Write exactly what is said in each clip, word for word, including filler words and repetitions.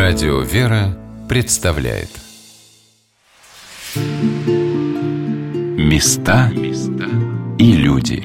Радио «Вера» представляет Места и люди.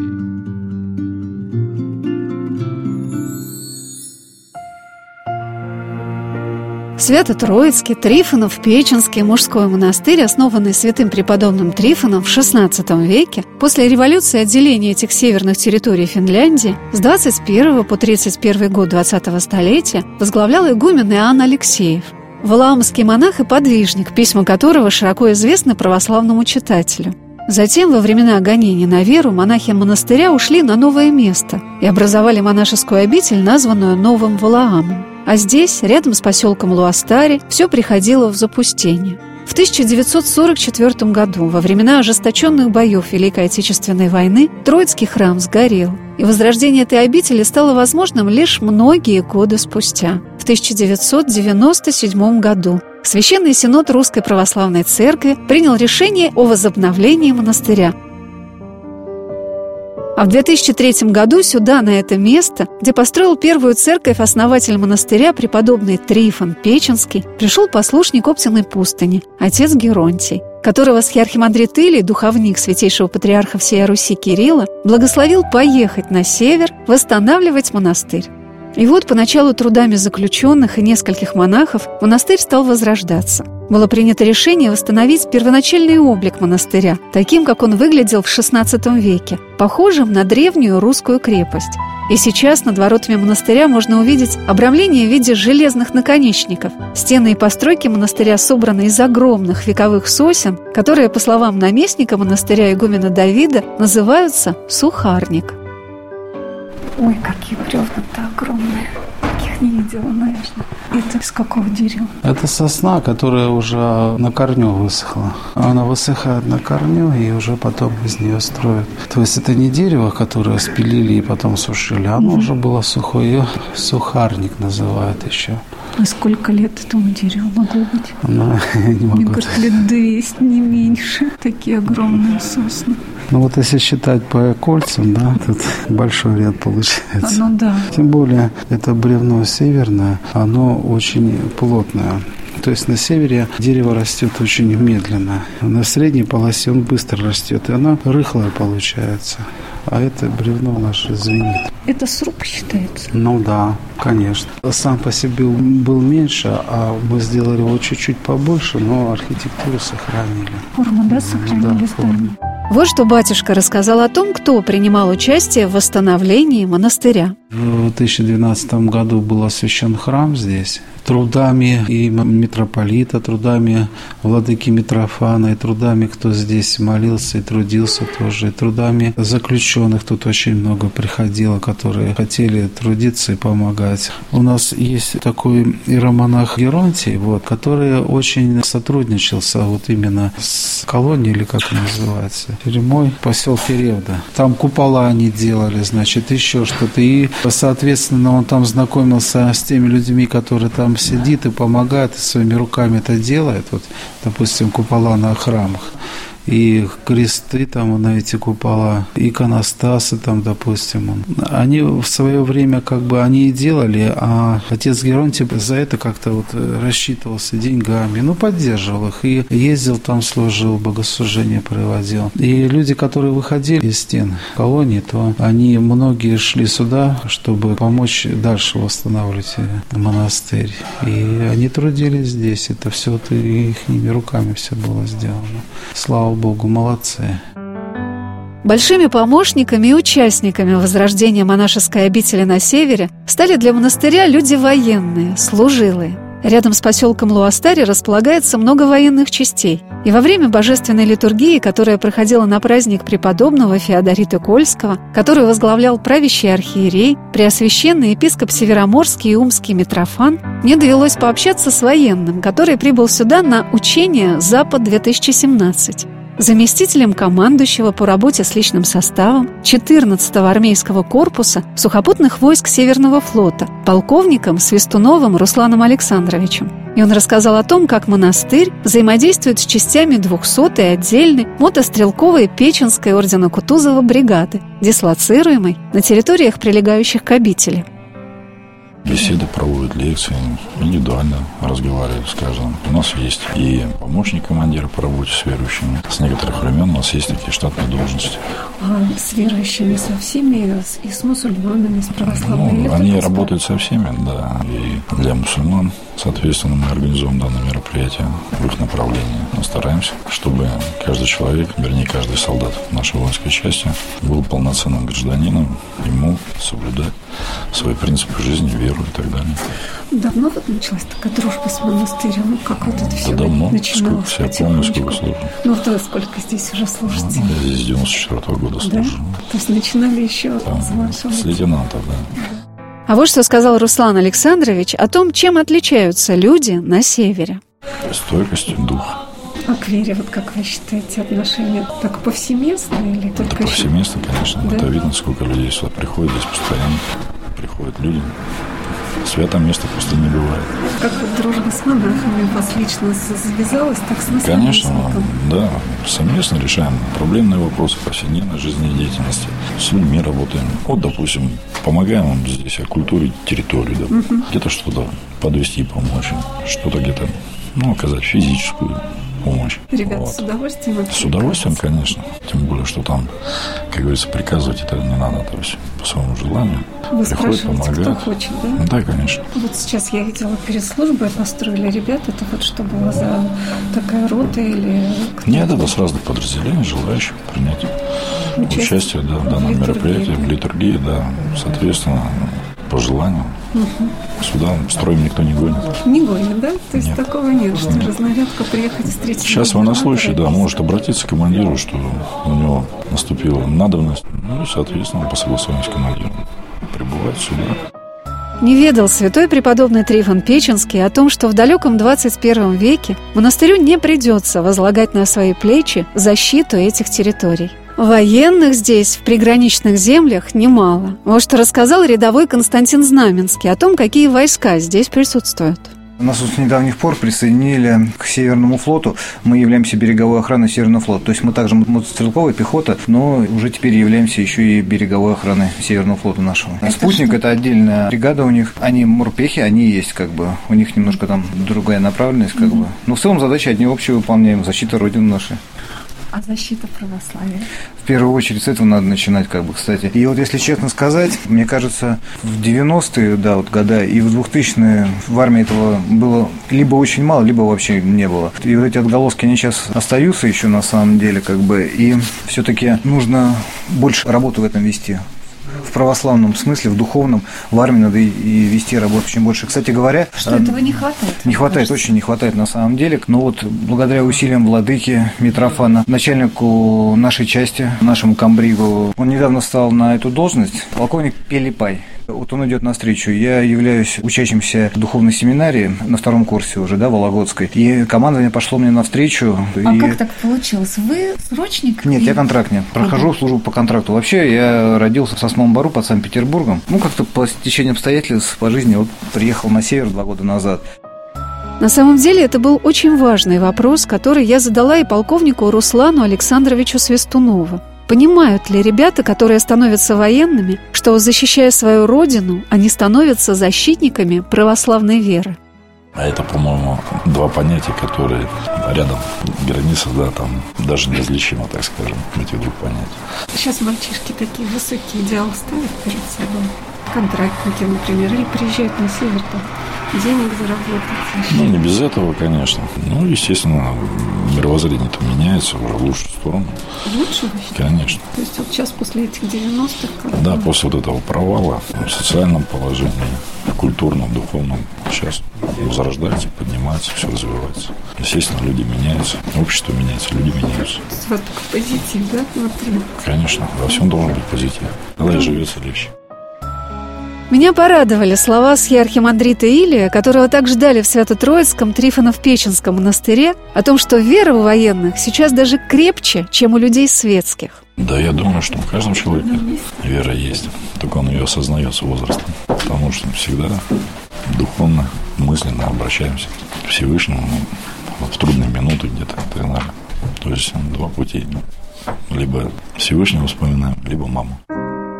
Свято-Троицкий, Трифонов-Печенский мужской монастырь, основанный святым преподобным Трифоном в шестнадцатом веке, после революции отделения этих северных территорий Финляндии с двадцать первого по тридцать первый год двадцатого столетия возглавлял игумен Иоанн Алексеев, валаамский монах и подвижник, письма которого широко известны православному читателю. Затем, во времена гонений на веру, монахи монастыря ушли на новое место и образовали монашескую обитель, названную Новым Валаамом. А здесь, рядом с поселком Луастари, все приходило в запустение. В тысяча девятьсот сорок четвёртом году, во времена ожесточенных боев Великой Отечественной войны, Троицкий храм сгорел, и возрождение этой обители стало возможным лишь многие годы спустя. В тысяча девятьсот девяносто седьмом году Священный Синод Русской Православной Церкви принял решение о возобновлении монастыря. А в две тысячи третьем году сюда, на это место, где построил первую церковь основатель монастыря преподобный Трифон Печенский, пришел послушник Оптиной пустыни, отец Геронтий, которого схиархимандрит Илий, духовник святейшего патриарха всей Руси Кирилла, благословил поехать на север восстанавливать монастырь. И вот поначалу трудами заключенных и нескольких монахов монастырь стал возрождаться. Было принято решение восстановить первоначальный облик монастыря, таким, как он выглядел в шестнадцатом веке, похожим на древнюю русскую крепость. И сейчас над воротами монастыря можно увидеть обрамление в виде железных наконечников. Стены и постройки монастыря собраны из огромных вековых сосен, которые, по словам наместника монастыря игумена Давида, называются «сухарник». Ой, какие бревна-то огромные. Таких не видела, наверное. Это из какого дерева? Это сосна, которая уже на корню высохла. Она высыхает на корню, и уже потом из нее строят. То есть это не дерево, которое спилили и потом сушили. Оно угу. уже было сухое. Ее сухарник называют еще. А сколько лет этому дереву могло быть? Ну, я не могу. Мне кажется, лет двести, не меньше. Такие огромные сосны. Ну вот если считать по кольцам, да, тут большой ряд получается. Ну да. Тем более это бревно северное, оно очень плотное. То есть на севере дерево растет очень медленно. На средней полосе он быстро растет, и оно рыхлое получается. А это бревно наше звенит. Это сруб считается? Ну да, конечно. Сам по себе был меньше, а мы сделали его чуть-чуть побольше, но архитектуру сохранили. Форму, да, сохранили здание? Вот что батюшка рассказал о том, кто принимал участие в восстановлении монастыря. В две тысячи двенадцатом году был освящен храм здесь. Трудами и митрополита, трудами владыки Митрофана, и трудами, кто здесь молился и трудился тоже, и трудами заключенных тут очень много приходило, которые хотели трудиться и помогать. У нас есть такой иеромонах Геронтий, вот, который очень сотрудничал вот именно с колонией, или как она называется, тюрьмой, поселке Ревда. Там купола они делали, значит, еще что-то. И, соответственно, он там знакомился с теми людьми, которые там сидит и помогает, и своими руками это делает. Вот, допустим, купола на храмах. И кресты там на эти купола, иконостасы там, допустим. Они в свое время как бы они и делали, а отец Геронтий за это как-то вот рассчитывался деньгами, ну, поддерживал их. И ездил там, служил, богослужение проводил. И люди, которые выходили из стен колонии, то они многие шли сюда, чтобы помочь дальше восстанавливать монастырь. И они трудились здесь. Это все вот их руками все было сделано. Слава Богу, молодцы. Большими помощниками и участниками возрождения монашеской обители на севере стали для монастыря люди военные, служилые. Рядом с поселком Луастари располагается много военных частей. И во время божественной литургии, которая проходила на праздник преподобного Феодорита Кольского, который возглавлял правящий архиерей, преосвященный епископ Североморский и Умский Митрофан, мне довелось пообщаться с военным, который прибыл сюда на учение «Запад-две тысячи семнадцать». Заместителем командующего по работе с личным составом четырнадцатого армейского корпуса сухопутных войск Северного флота, полковником Свистуновым Русланом Александровичем. И он рассказал о том, как монастырь взаимодействует с частями двухсотой отдельной мотострелковой Печенской ордена Кутузова бригады, дислоцируемой на территориях, прилегающих к обители. Беседы проводят, лекции, индивидуально разговаривают с каждым. У нас есть и помощник командира по работе с верующими. С некоторых времен у нас есть такие штатные должности. А с верующими со всеми, и с мусульманами, с православными? Ну, они работают со всеми, да. И для мусульман, соответственно, мы организуем данное мероприятие в их направлении. Мы стараемся, чтобы каждый человек, вернее, каждый солдат нашей воинской части был полноценным гражданином и мог соблюдать свои принципы жизни, веру и так далее. Давно вот началась такая дружба с монастырем? Ну, как вот это все да давно, начиналось? Сколько, я помню, сколько служил. Ну, то сколько здесь уже служите? Ну, я здесь с девяносто четвёртого года служу. Да? То есть начинали еще там, с вашего... С лейтенанта, да. да. А вот что сказал Руслан Александрович о том, чем отличаются люди на севере. Стойкостью духа. А к вере, вот как вы считаете, отношения так повсеместно или только Это еще? повсеместно, конечно. Да? Это видно, сколько людей сюда приходит, здесь постоянно приходят люди. Святое место просто не бывает. Как вот дружба с монахами у вас лично завязалась, так с наставником? Конечно, да. Совместно решаем проблемные вопросы повседневной жизнедеятельности. С людьми работаем. Вот, допустим, помогаем им здесь оккультурить территорию. Да. Угу. Где-то что-то подвести, помочь. Что-то где-то, ну, оказать физическую помощь. Ребята вот. с удовольствием? С удовольствием, конечно. Тем более, что там, как говорится, приказывать это не надо. То есть, по своему желанию. Вы приходят, помогают. Кто хочет, да? Да, конечно. Вот сейчас я видела перед службой, построили ребят. Это вот что было за такая рота или... Нет, это с разных подразделений, желающих принять участие, участие да, в данном в мероприятии, в литургии, да, соответственно, по желанию. Угу. Сюда строим никто не гонит. Не гонит, да? То есть нет. Такого нет, что нет. Разнарядка приехать встретить. Сейчас военнослужащий, да, может обратиться к командиру, что у него наступила надобность, ну и, соответственно, по согласованию с командиром прибывать сюда. Не ведал святой преподобный Трифон Печенский о том, что в далеком двадцать первом веке монастырю не придется возлагать на свои плечи защиту этих территорий. Военных здесь, в приграничных землях, немало. Вот что рассказал рядовой Константин Знаменский о том, какие войска здесь присутствуют. Нас с недавних пор присоединили к Северному флоту. Мы являемся береговой охраной Северного флота. То есть мы также мотострелковая пехота, но уже теперь являемся еще и береговой охраной Северного флота нашего. Это Спутник что? Это отдельная бригада у них. Они морпехи, они есть как бы. У них немножко там другая направленность как mm-hmm. бы. Но в целом задачи одни общие выполняем. Защита Родины нашей. А защита православия? В первую очередь с этого надо начинать, как бы, кстати. И вот если честно сказать, мне кажется, в девяностые, да, вот года и в двухтысячные в армии этого было либо очень мало, либо вообще не было. И вот эти отголоски, они сейчас остаются еще на самом деле, как бы, и все-таки нужно больше работы в этом вести. В православном смысле, в духовном, в армии надо и, и вести работу очень больше. Кстати говоря... Что этого не хватает? Не хватает, кажется. Очень не хватает на самом деле. Но вот благодаря усилиям владыки Митрофана, начальнику нашей части, нашему комбригу, он недавно стал на эту должность, полковник Пелипай. Вот он идет навстречу. Я являюсь учащимся духовной семинарии на втором курсе уже, да, Вологодской. И командование пошло мне навстречу. А и... как так получилось? Вы срочник? Нет, и... я контрактник. Прохожу службу по контракту. Вообще, я родился в Сосновом Бору под Санкт-Петербургом. Ну, как-то по стечению обстоятельств по жизни вот приехал на север два года назад. На самом деле это был очень важный вопрос, который я задала и полковнику Руслану Александровичу Свистунову. Понимают ли ребята, которые становятся военными, что, защищая свою родину, они становятся защитниками православной веры? А это, по-моему, два понятия, которые рядом границы, да, там даже неразличимо, так скажем, эти двух понятий. Сейчас мальчишки такие высокие идеалы ставят перед собой. Контрактники, например, или приезжают на север, там, денег заработать. Ну, не без этого, конечно. Ну, естественно, мировоззрение-то меняется уже в лучшую сторону. Лучше? Конечно. То есть вот сейчас после этих девяностых... Да, после вот этого провала в социальном положении, культурном, духовном, сейчас возрождается, поднимается, все развивается. Естественно, люди меняются, общество меняется, люди меняются. Вот такой позитив, да, внутри? Конечно, во всем должен быть позитив. Тогда и живется легче. Меня порадовали слова схиархимандрита Илия, которого так ждали в Свято-Троицком Трифоно-Печенском монастыре, о том, что вера у военных сейчас даже крепче, чем у людей светских. Да, я думаю, что у каждого человека вера есть, только он ее осознает с возрастом, потому что всегда духовно, мысленно обращаемся к Всевышнему в трудные минуты где-то и так далее. То есть два пути. Либо Всевышнего вспоминаем, либо маму.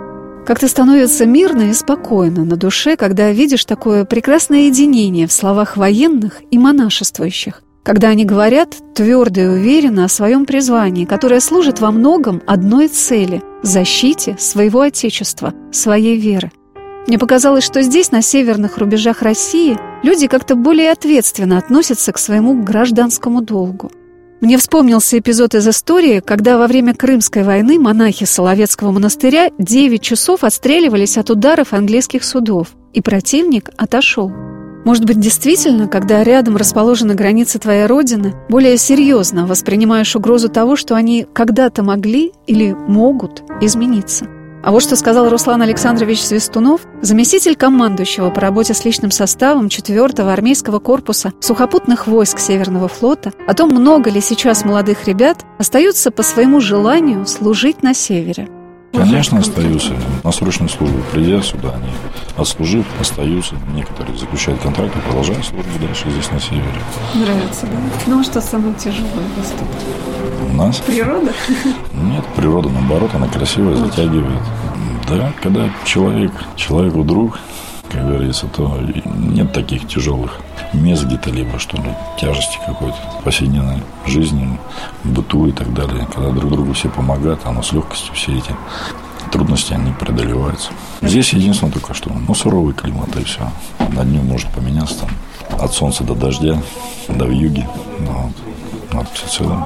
Как-то становится мирно и спокойно на душе, когда видишь такое прекрасное единение в словах военных и монашествующих, когда они говорят твердо и уверенно о своем призвании, которое служит во многом одной цели – защите своего Отечества, своей веры. Мне показалось, что здесь, на северных рубежах России, люди как-то более ответственно относятся к своему гражданскому долгу. Мне вспомнился эпизод из истории, когда во время Крымской войны монахи Соловецкого монастыря девять часов отстреливались от ударов английских судов, и противник отошел. Может быть, действительно, когда рядом расположены границы твоей родины, более серьезно воспринимаешь угрозу того, что они когда-то могли или могут измениться. А вот что сказал Руслан Александрович Свистунов, заместитель командующего по работе с личным составом четвёртого армейского корпуса сухопутных войск Северного флота, о том, много ли сейчас молодых ребят остаются по своему желанию служить на севере. Конечно, остаются. На срочную службу придя сюда, они, отслужив, остаются. Некоторые заключают контракт и продолжают службу дальше здесь, на севере. Нравится, да? Ну, а что самое тяжелое у вас тут? У нас? Природа? Нет, природа, наоборот, она красивая, затягивает. Да, когда человек, человеку друг, как говорится, то нет таких тяжелых мест где-то, либо что ли, тяжести какой-то в повседневной жизни, в быту и так далее. Когда друг другу все помогают, оно с легкостью, все эти трудности, они преодолеваются. Здесь единственное только что, ну, суровый климат, и все. На дню может поменяться там, от солнца до дождя, до вьюги. Ну, вот, в целом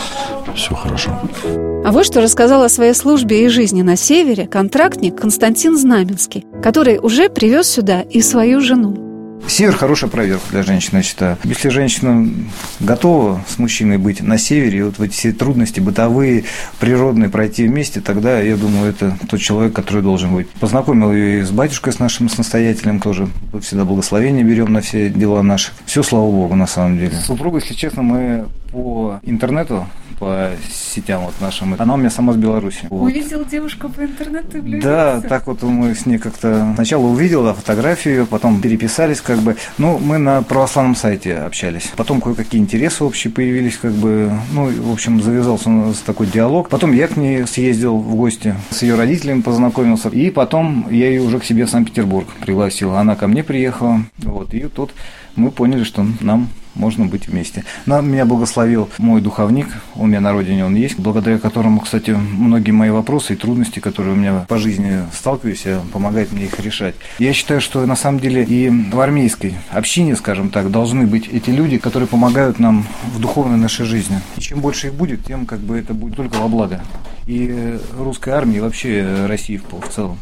все хорошо. А вот что рассказал о своей службе и жизни на севере контрактник Константин Знаменский, который уже привез сюда и свою жену. Север – хорошая проверка для женщины, я считаю. Если женщина готова с мужчиной быть на севере, и вот в эти все трудности бытовые, природные пройти вместе, тогда, я думаю, это тот человек, который должен быть. Познакомил ее и с батюшкой, с нашим с настоятелем тоже. Всегда благословение берем на все дела наши. Все, слава Богу, на самом деле. Супруга, если честно, мы по интернету, по сетям вот нашим. Она у меня сама с Беларуси. Вот. Увидел девушку по интернету и влюбился? Да, так вот мы с ней как-то сначала увидела фотографию ее, потом переписались как бы. Ну, мы на православном сайте общались. Потом кое-какие интересы общие появились как бы. Ну, в общем, завязался у нас такой диалог. Потом я к ней съездил в гости, с ее родителями познакомился. И потом я ее уже к себе в Санкт-Петербург пригласил. Она ко мне приехала. Вот, и тут мы поняли, что нам можно быть вместе. Нам, меня благословил мой духовник, у меня на родине он есть, благодаря которому, кстати, многие мои вопросы и трудности, которые у меня по жизни сталкиваюсь, помогает мне их решать. Я считаю, что на самом деле и в армейской общине, скажем так, должны быть эти люди, которые помогают нам в духовной нашей жизни. И чем больше их будет, тем как бы это будет только во благо. И русской армии, и вообще России в целом.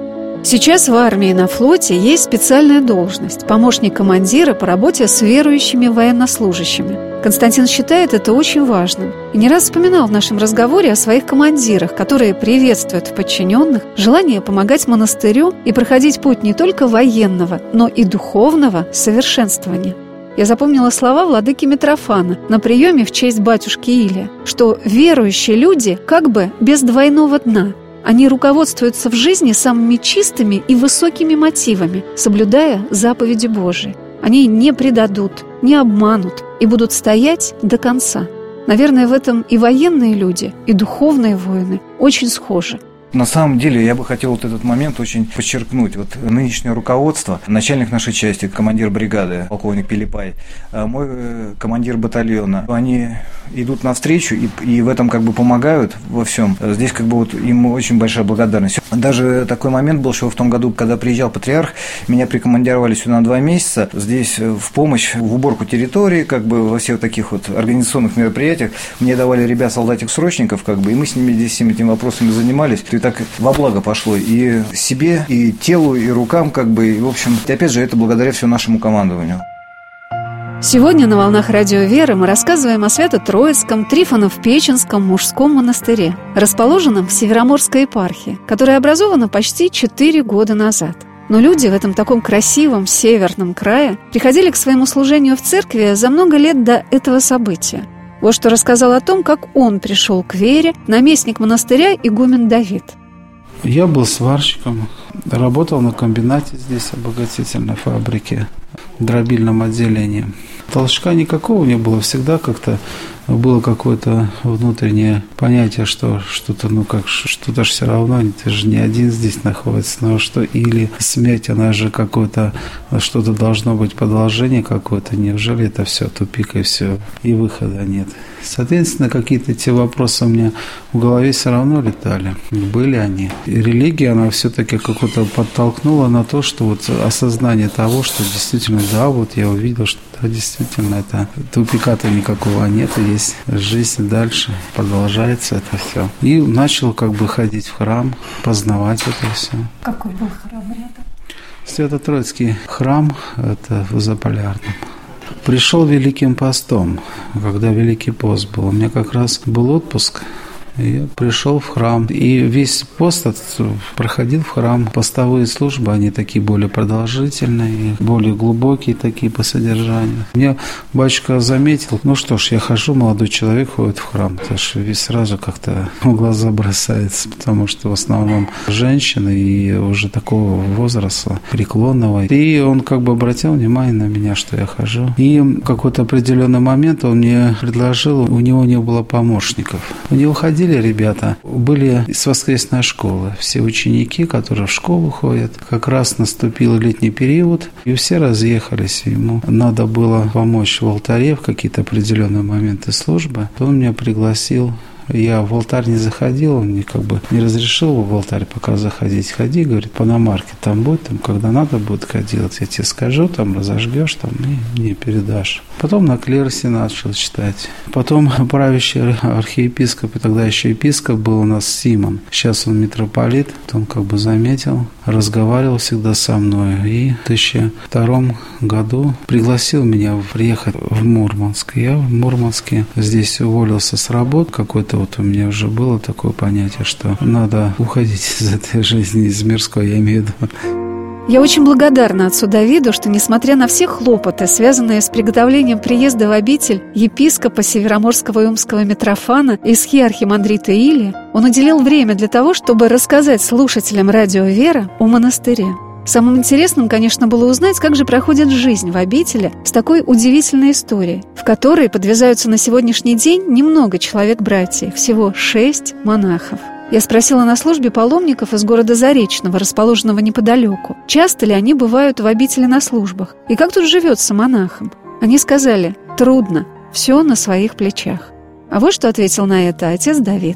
Сейчас в армии и на флоте есть специальная должность – помощник командира по работе с верующими военнослужащими. Константин считает это очень важным и не раз вспоминал в нашем разговоре о своих командирах, которые приветствуют в подчиненных желание помогать монастырю и проходить путь не только военного, но и духовного совершенствования. Я запомнила слова владыки Митрофана на приеме в честь батюшки Илия, что верующие люди как бы без двойного дна. Они руководствуются в жизни самыми чистыми и высокими мотивами, соблюдая заповеди Божии. Они не предадут, не обманут и будут стоять до конца. Наверное, в этом и военные люди, и духовные воины очень схожи. На самом деле, я бы хотел вот этот момент очень подчеркнуть. Вот нынешнее руководство, начальник нашей части, командир бригады, полковник Пилипай, мой командир батальона, они идут навстречу и, и в этом как бы помогают во всем. Здесь как бы вот им очень большая благодарность. Даже такой момент был, что в том году, когда приезжал патриарх, меня прикомандировали сюда на два месяца. Здесь в помощь в уборку территории, как бы во всех таких вот организационных мероприятиях мне давали ребят солдатик-срочников, как бы, и мы с ними здесь всеми этими вопросами занимались. И так во благо пошло и себе, и телу, и рукам, как бы, и, в общем, и опять же, это благодаря всему нашему командованию. Сегодня на «Волнах Радио Веры» мы рассказываем о Свято-Троицком Трифоно-Печенском мужском монастыре, расположенном в Североморской епархии, которая образована почти четыре года назад. Но люди в этом таком красивом северном крае приходили к своему служению в церкви за много лет до этого события. Вот что рассказал о том, как он пришел к вере наместник монастыря игумен Давид. Я был сварщиком, работал на комбинате здесь, обогатительной фабрике. дробильном отделении. Толчка никакого не было, всегда как-то было какое-то внутреннее понятие, что что-то, ну как, что-то же все равно, ты же не один здесь находится, но что, или смерть, она же какое-то, что-то должно быть, продолжение какое-то, неужели это все тупик и все, и выхода нет. Соответственно, какие-то те вопросы у меня в голове все равно летали, были они. И религия, она все-таки как-то подтолкнула на то, что вот осознание того, что действительно, да, вот я увидел, что да, действительно, это тупика-то никакого нет, и есть жизнь дальше, продолжается это все. И начал как бы ходить в храм, познавать это все. Какой был храм рядом? Свято-Троицкий храм, это в Заполярном. Пришел Великим постом, когда Великий пост был. У меня как раз был отпуск. Я пришел в храм, и весь пост проходил в храм. Постовые службы, они такие более продолжительные, более глубокие такие по содержанию. Меня батюшка заметил, ну что ж, я хожу, молодой человек ходит в храм. Это же весь сразу как-то в глаза бросается, потому что в основном женщины и уже такого возраста, преклонного. И он как бы обратил внимание на меня, что я хожу. И в какой-то определенный момент он мне предложил, у него не было помощников. У него ходили ребята, были с воскресной школы. Все ученики, которые в школу ходят, как раз наступил летний период, и все разъехались. Ему надо было помочь в алтаре в какие-то определенные моменты службы. Он меня пригласил. Я в алтарь не заходил, он мне как бы не разрешил в алтарь пока заходить. Ходи, говорит, Пономарке, там будет, там, когда надо будет ходить, я тебе скажу, там разожгешь, там, и мне передашь. Потом на клиросе начал читать. Потом правящий архиепископ, и тогда еще епископ был у нас Симон. Сейчас он митрополит, он как бы заметил, разговаривал всегда со мной. И в две тысячи втором году пригласил меня приехать в Мурманск. Я в Мурманске здесь уволился с работы, какой-то вот у меня уже было такое понятие, что надо уходить из этой жизни, из мирской, я имею в виду. Я очень благодарна отцу Давиду, что, несмотря на все хлопоты, связанные с приготовлением приезда в обитель епископа Североморского и Умского Митрофана и архимандрита Илия, он уделил время для того, чтобы рассказать слушателям радио «Вера» о монастыре. Самым интересным, конечно, было узнать, как же проходит жизнь в обители с такой удивительной историей, в которой подвязаются на сегодняшний день немного человек-братьев, всего шесть монахов. Я спросила на службе паломников из города Заречного, расположенного неподалеку, часто ли они бывают в обители на службах, и как тут живется монахам. Они сказали: трудно, все на своих плечах. А вот что ответил на это отец Давид.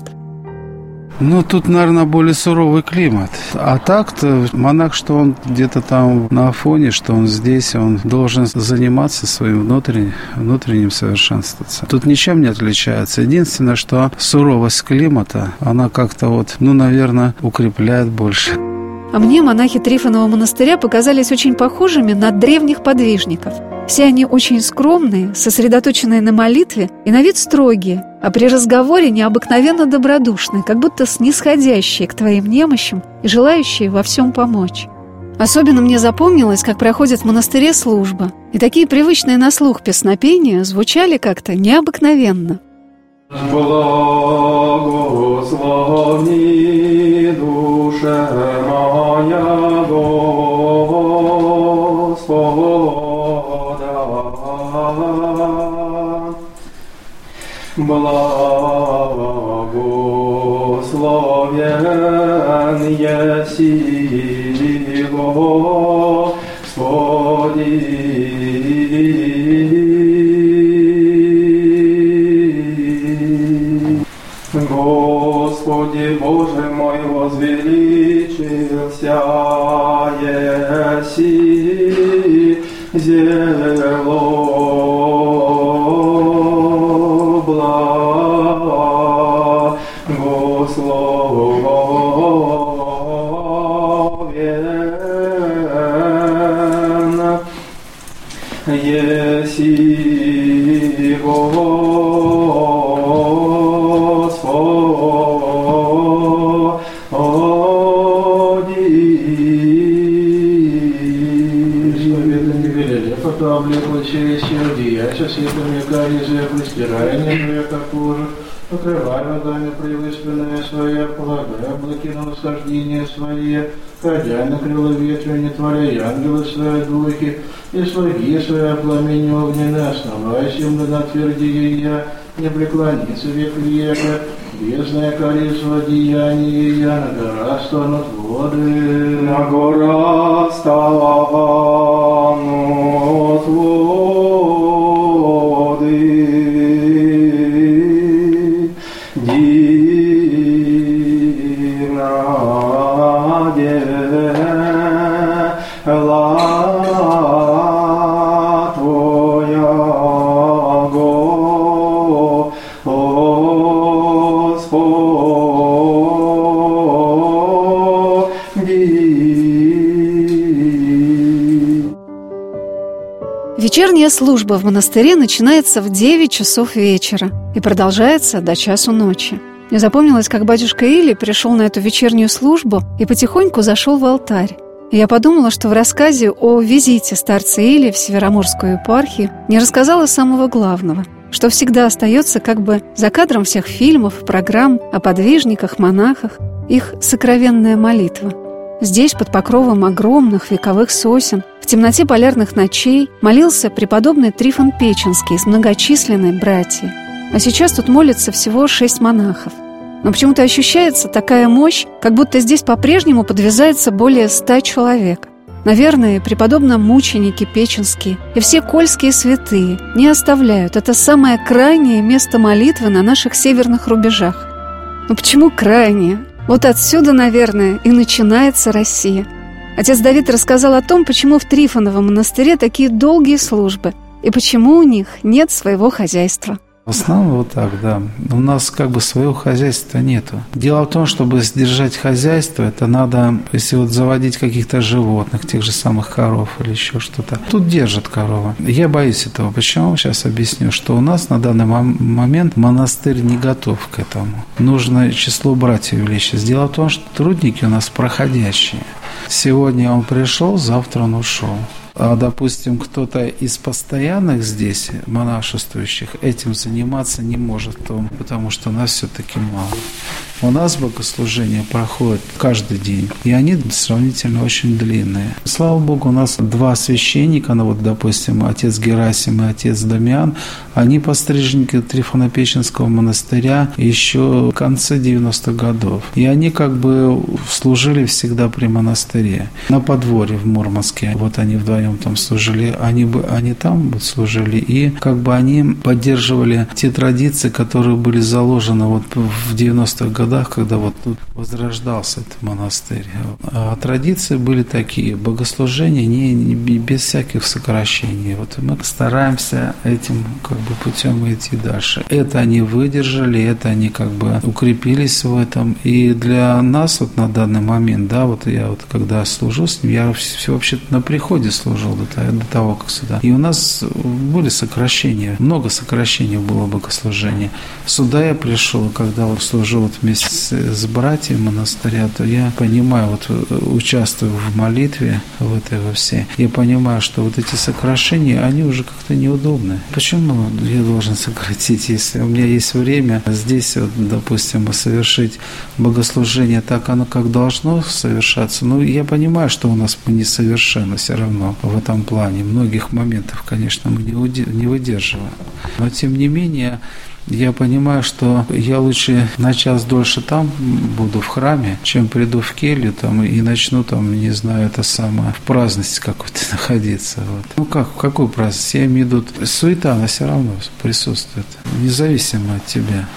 Ну, тут, наверное, более суровый климат. А так-то монах, что он где-то там на Афоне, что он здесь, он должен заниматься своим внутренним, внутренним совершенствоваться. Тут ничем не отличается. Единственное, что суровость климата, она как-то вот, ну, наверное, укрепляет больше. А мне монахи Трифонова монастыря показались очень похожими на древних подвижников. Все они очень скромные, сосредоточенные на молитве и на вид строгие, а при разговоре необыкновенно добродушные, как будто снисходящие к твоим немощам и желающие во всем помочь. Особенно мне запомнилось, как проходит в монастыре служба, и такие привычные на слух песнопения звучали как-то необыкновенно. Благословни душе моя Господа, благословен еси Господи. Господи Боже мой, возвеличился еси зело благословен еси Бога облекла через сердия, со светами гори зеркало, стирая не века кожу, покрывай ногами привыспенные свои, полагая облаки на восхождение свои, ходя на крыло ветру, не творя ангелы свои духи, и слуги свои пламени огненные, основайся им на твердие я, не преклонится век века, бездная количество деяний я, на гора станут воды. На гора станут воды, дивна дела Твоя, Вечерняя служба в монастыре начинается в девять часов вечера и продолжается до часу ночи. Мне запомнилось, как батюшка Или пришел на эту вечернюю службу и потихоньку зашел в алтарь. И я подумала, что в рассказе о визите старца Или в Североморскую епархию не рассказала самого главного, что всегда остается как бы за кадром всех фильмов, программ о подвижниках, монахах, их сокровенная молитва. Здесь, под покровом огромных вековых сосен, в темноте полярных ночей, молился преподобный Трифон Печенский с многочисленной братьей. А сейчас тут молится всего шесть монахов. Но почему-то ощущается такая мощь, как будто здесь по-прежнему подвязается более ста человек. Наверное, преподобно-мученики Печенские и все кольские святые не оставляют это самое крайнее место молитвы на наших северных рубежах. Но почему крайнее? Вот отсюда, наверное, и начинается Россия. Отец Давид рассказал о том, почему в Трифоновом монастыре такие долгие службы и почему у них нет своего хозяйства. В основном вот так, да. У нас как бы своего хозяйства нету. Дело в том, чтобы сдержать хозяйство, это надо, если вот заводить каких-то животных, тех же самых коров или еще что-то. Тут держат коровы. Я боюсь этого. Почему? Сейчас объясню, что у нас на данный момент монастырь не готов к этому. Нужно число братьев увеличить. Дело в том, что трудники у нас проходящие. Сегодня он пришел, завтра он ушел. А, допустим, кто-то из постоянных здесь монашествующих этим заниматься не может, потому что нас все-таки мало. У нас богослужения проходят каждый день, и они сравнительно очень длинные. Слава Богу, у нас два священника, ну вот, допустим, отец Герасим и отец Дамиан, они постриженники Трифонопеченского монастыря еще в конце девяностых годов. И они как бы служили всегда при монастыре. На подворье в Мурманске, вот они вдвоем там служили, они, бы, они там вот служили, и как бы они поддерживали те традиции, которые были заложены вот в девяностых годах, когда вот тут возрождался этот монастырь. А традиции были такие, богослужения не, не без всяких сокращений. Вот мы стараемся этим как бы путем идти дальше. Это они выдержали, это они как бы укрепились в этом. И для нас вот на данный момент, да, вот я вот когда служу с ним, я все вообще-то на приходе служил до, до того, как сюда. И у нас были сокращения, много сокращений было богослужения. Сюда я пришел, когда вот служу вот вместе с, с братьями монастыря, то я понимаю, вот участвую в молитве в этой во всей, я понимаю, что вот эти сокращения, они уже как-то неудобны. Почему я должен сократить, если у меня есть время здесь, вот, допустим, совершить богослужение так, оно как должно совершаться? Ну, я понимаю, что у нас мы несовершенны все равно в этом плане. Многих моментов, конечно, мы не выдерживаем. Но, тем не менее, я понимаю, что я лучше на час дольше там буду в храме, чем приду в келью там и начну там, не знаю, это самое, в праздности какой-то находиться. Вот. Ну как, в какой праздность? Я имею в виду, суета, она все равно присутствует, независимо от тебя.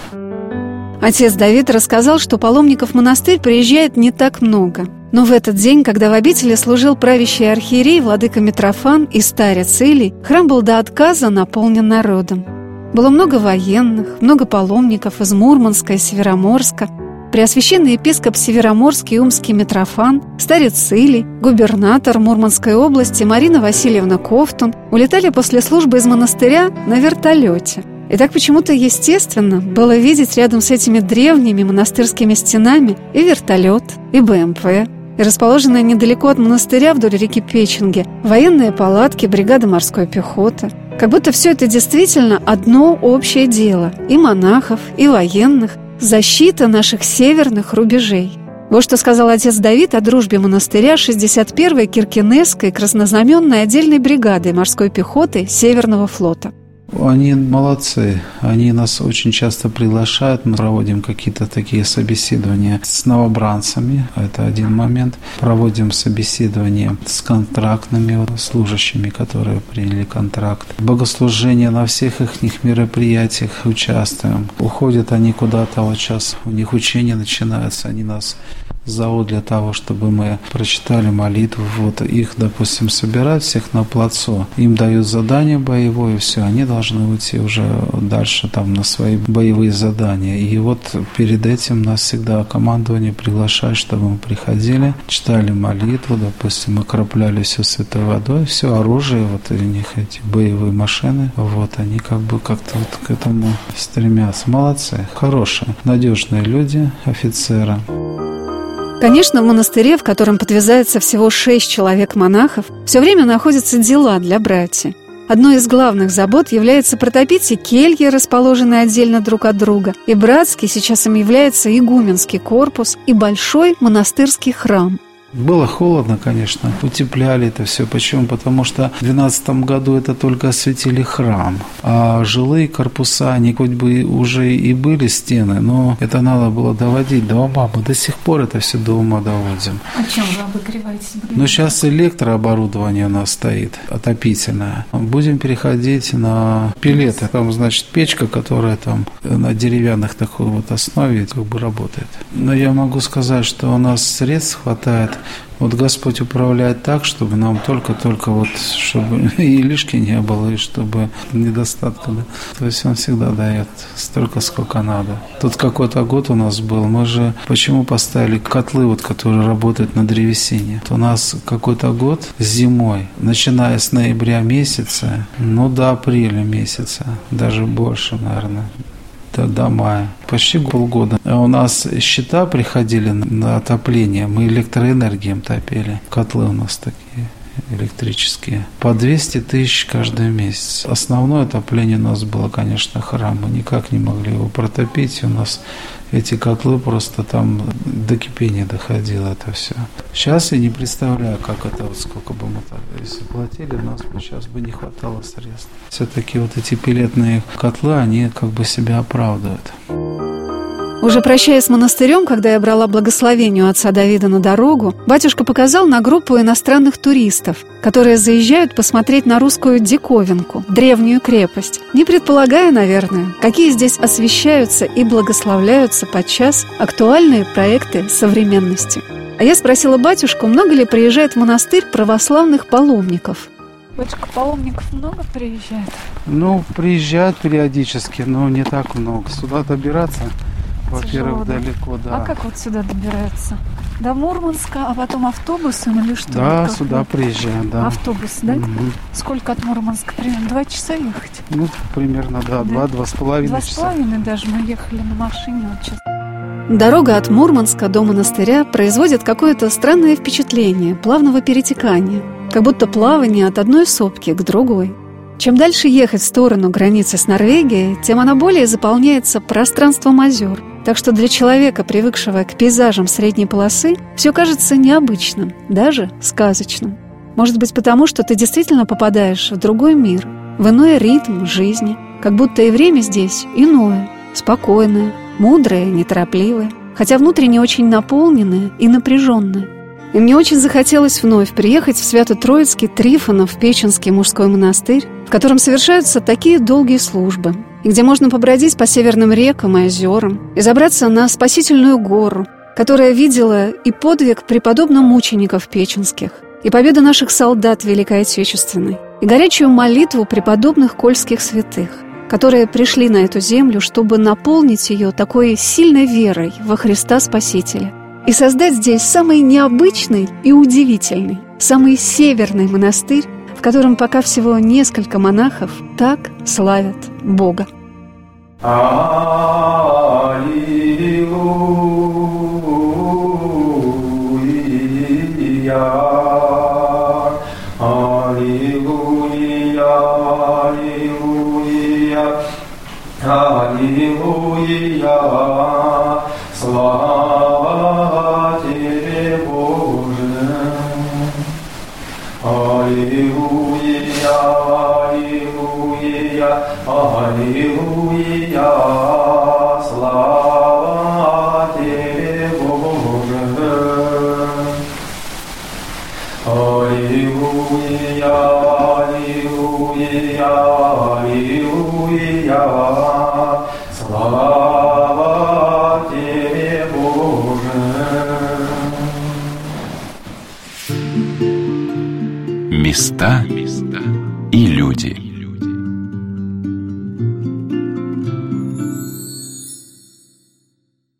Отец Давид рассказал, что паломников в монастырь приезжает не так много. Но в этот день, когда в обители служил правящий архиерей, владыка Митрофан и старец Илий, храм был до отказа наполнен народом. Было много военных, много паломников из Мурманска и Североморска. Преосвященный епископ Североморский и Умский Митрофан, старец Илий, губернатор Мурманской области Марина Васильевна Ковтун улетали после службы из монастыря на вертолете. И так почему-то естественно было видеть рядом с этими древними монастырскими стенами и вертолет, и БМП, и расположенная недалеко от монастыря вдоль реки Печенги военные палатки бригады морской пехоты. Как будто все это действительно одно общее дело – и монахов, и военных, защита наших северных рубежей. Вот что сказал отец Давид о дружбе монастыря с шестьдесят первой Киркенесской краснознаменной отдельной бригадой морской пехоты Северного флота. Они молодцы, они нас очень часто приглашают, мы проводим какие-то такие собеседования с новобранцами, это один момент. Проводим собеседования с контрактными служащими, которые приняли контракт. Богослужение на всех их мероприятиях участвуем. Уходят они куда-то, вот сейчас у них учение начинается, они нас зовут для того, чтобы мы прочитали молитву. Вот их, допустим, собирают всех на плацу, им дают задание боевое, и все, они должны уйти уже дальше там на свои боевые задания. И вот перед этим нас всегда командование приглашает, чтобы мы приходили, читали молитву, допустим, окропляли все святой водой, все оружие, вот у них эти боевые машины, вот они как бы как-то вот к этому стремятся. Молодцы, хорошие, надежные люди, офицеры. Конечно, в монастыре, в котором подвязается всего шесть человек-монахов, все время находятся дела для братьев. Одной из главных забот является протопить и кельи, расположенные отдельно друг от друга, и братский, сейчас им является игуменский корпус и большой монастырский храм. Было холодно, конечно, утепляли это все. Почему? Потому что в две тысячи двенадцатом году это только осветили храм, а жилые корпуса, они хоть бы уже и были стены, но это надо было доводить до ума. Мы до сих пор это все до ума доводим. А чем вы обогреваетесь? Ну, сейчас электрооборудование у нас стоит, отопительное. Будем переходить на пелеты. Там, значит, печка, которая там на деревянных такой вот основе как бы работает. Но я могу сказать, что у нас средств хватает. Вот Господь управляет так, чтобы нам только-только вот, чтобы и лишки не было, и чтобы недостатка. Да? То есть Он всегда дает столько, сколько надо. Тут какой-то год у нас был, мы же почему поставили котлы, вот, которые работают на древесине? У нас какой-то год зимой, начиная с ноября месяца, ну до апреля месяца, даже больше, наверное, до мая, почти полгода. А у нас счета приходили на отопление, мы электроэнергией топили. Котлы у нас такие электрические. По двести тысяч каждый месяц. Основное отопление у нас было, конечно, храм. Мы никак не могли его протопить. У нас эти котлы просто там до кипения доходило это все. Сейчас я не представляю, как это, вот сколько бы мы так, если платили, у нас бы сейчас бы не хватало средств. Все-таки вот эти пелетные котлы, они как бы себя оправдывают. Уже прощаясь с монастырем, когда я брала благословение у отца Давида на дорогу, батюшка показал на группу иностранных туристов, которые заезжают посмотреть на русскую диковинку, древнюю крепость, не предполагая, наверное, какие здесь освещаются и благословляются подчас актуальные проекты современности. А я спросила батюшку, много ли приезжает в монастырь православных паломников. Батюшка, паломников много приезжает? Ну, приезжают периодически, но не так много. Сюда добираться... Во-первых, далеко, да. А как вот сюда добираются? До Мурманска, а потом автобусом или что? Да, сюда приезжаем, да. Автобус, да? Угу. Сколько от Мурманска? Примерно два часа ехать? Ну, примерно, да, два, два с половиной часа. Два с половиной даже, мы ехали на машине вот час. Дорога от Мурманска до монастыря производит какое-то странное впечатление плавного перетекания, как будто плавание от одной сопки к другой. Чем дальше ехать в сторону границы с Норвегией, тем она более заполняется пространством озер. Так что для человека, привыкшего к пейзажам средней полосы, все кажется необычным, даже сказочным. Может быть, потому что ты действительно попадаешь в другой мир, в иной ритм жизни, как будто и время здесь иное, спокойное, мудрое, неторопливое, хотя внутренне очень наполненное и напряженное. И мне очень захотелось вновь приехать в Свято-Троицкий Трифонов Печенский мужской монастырь, в котором совершаются такие долгие службы, и где можно побродить по северным рекам и озерам и забраться на спасительную гору, которая видела и подвиг преподобных мучеников печенских, и победу наших солдат в Великой Отечественной, и горячую молитву преподобных кольских святых, которые пришли на эту землю, чтобы наполнить ее такой сильной верой во Христа Спасителя, и создать здесь самый необычный и удивительный, самый северный монастырь, в котором пока всего несколько монахов так славят Бога. Аллилуйя. Аллилуйя, аллилуйя, аллилуйя, слава Тебе, Боже. Аллилуйя, аллилуйя, аллилуйя, слава Тебе, Боже. Аллилуйя, аллилуйя, аллилуйя, слава Тебе, Боже. Места и люди.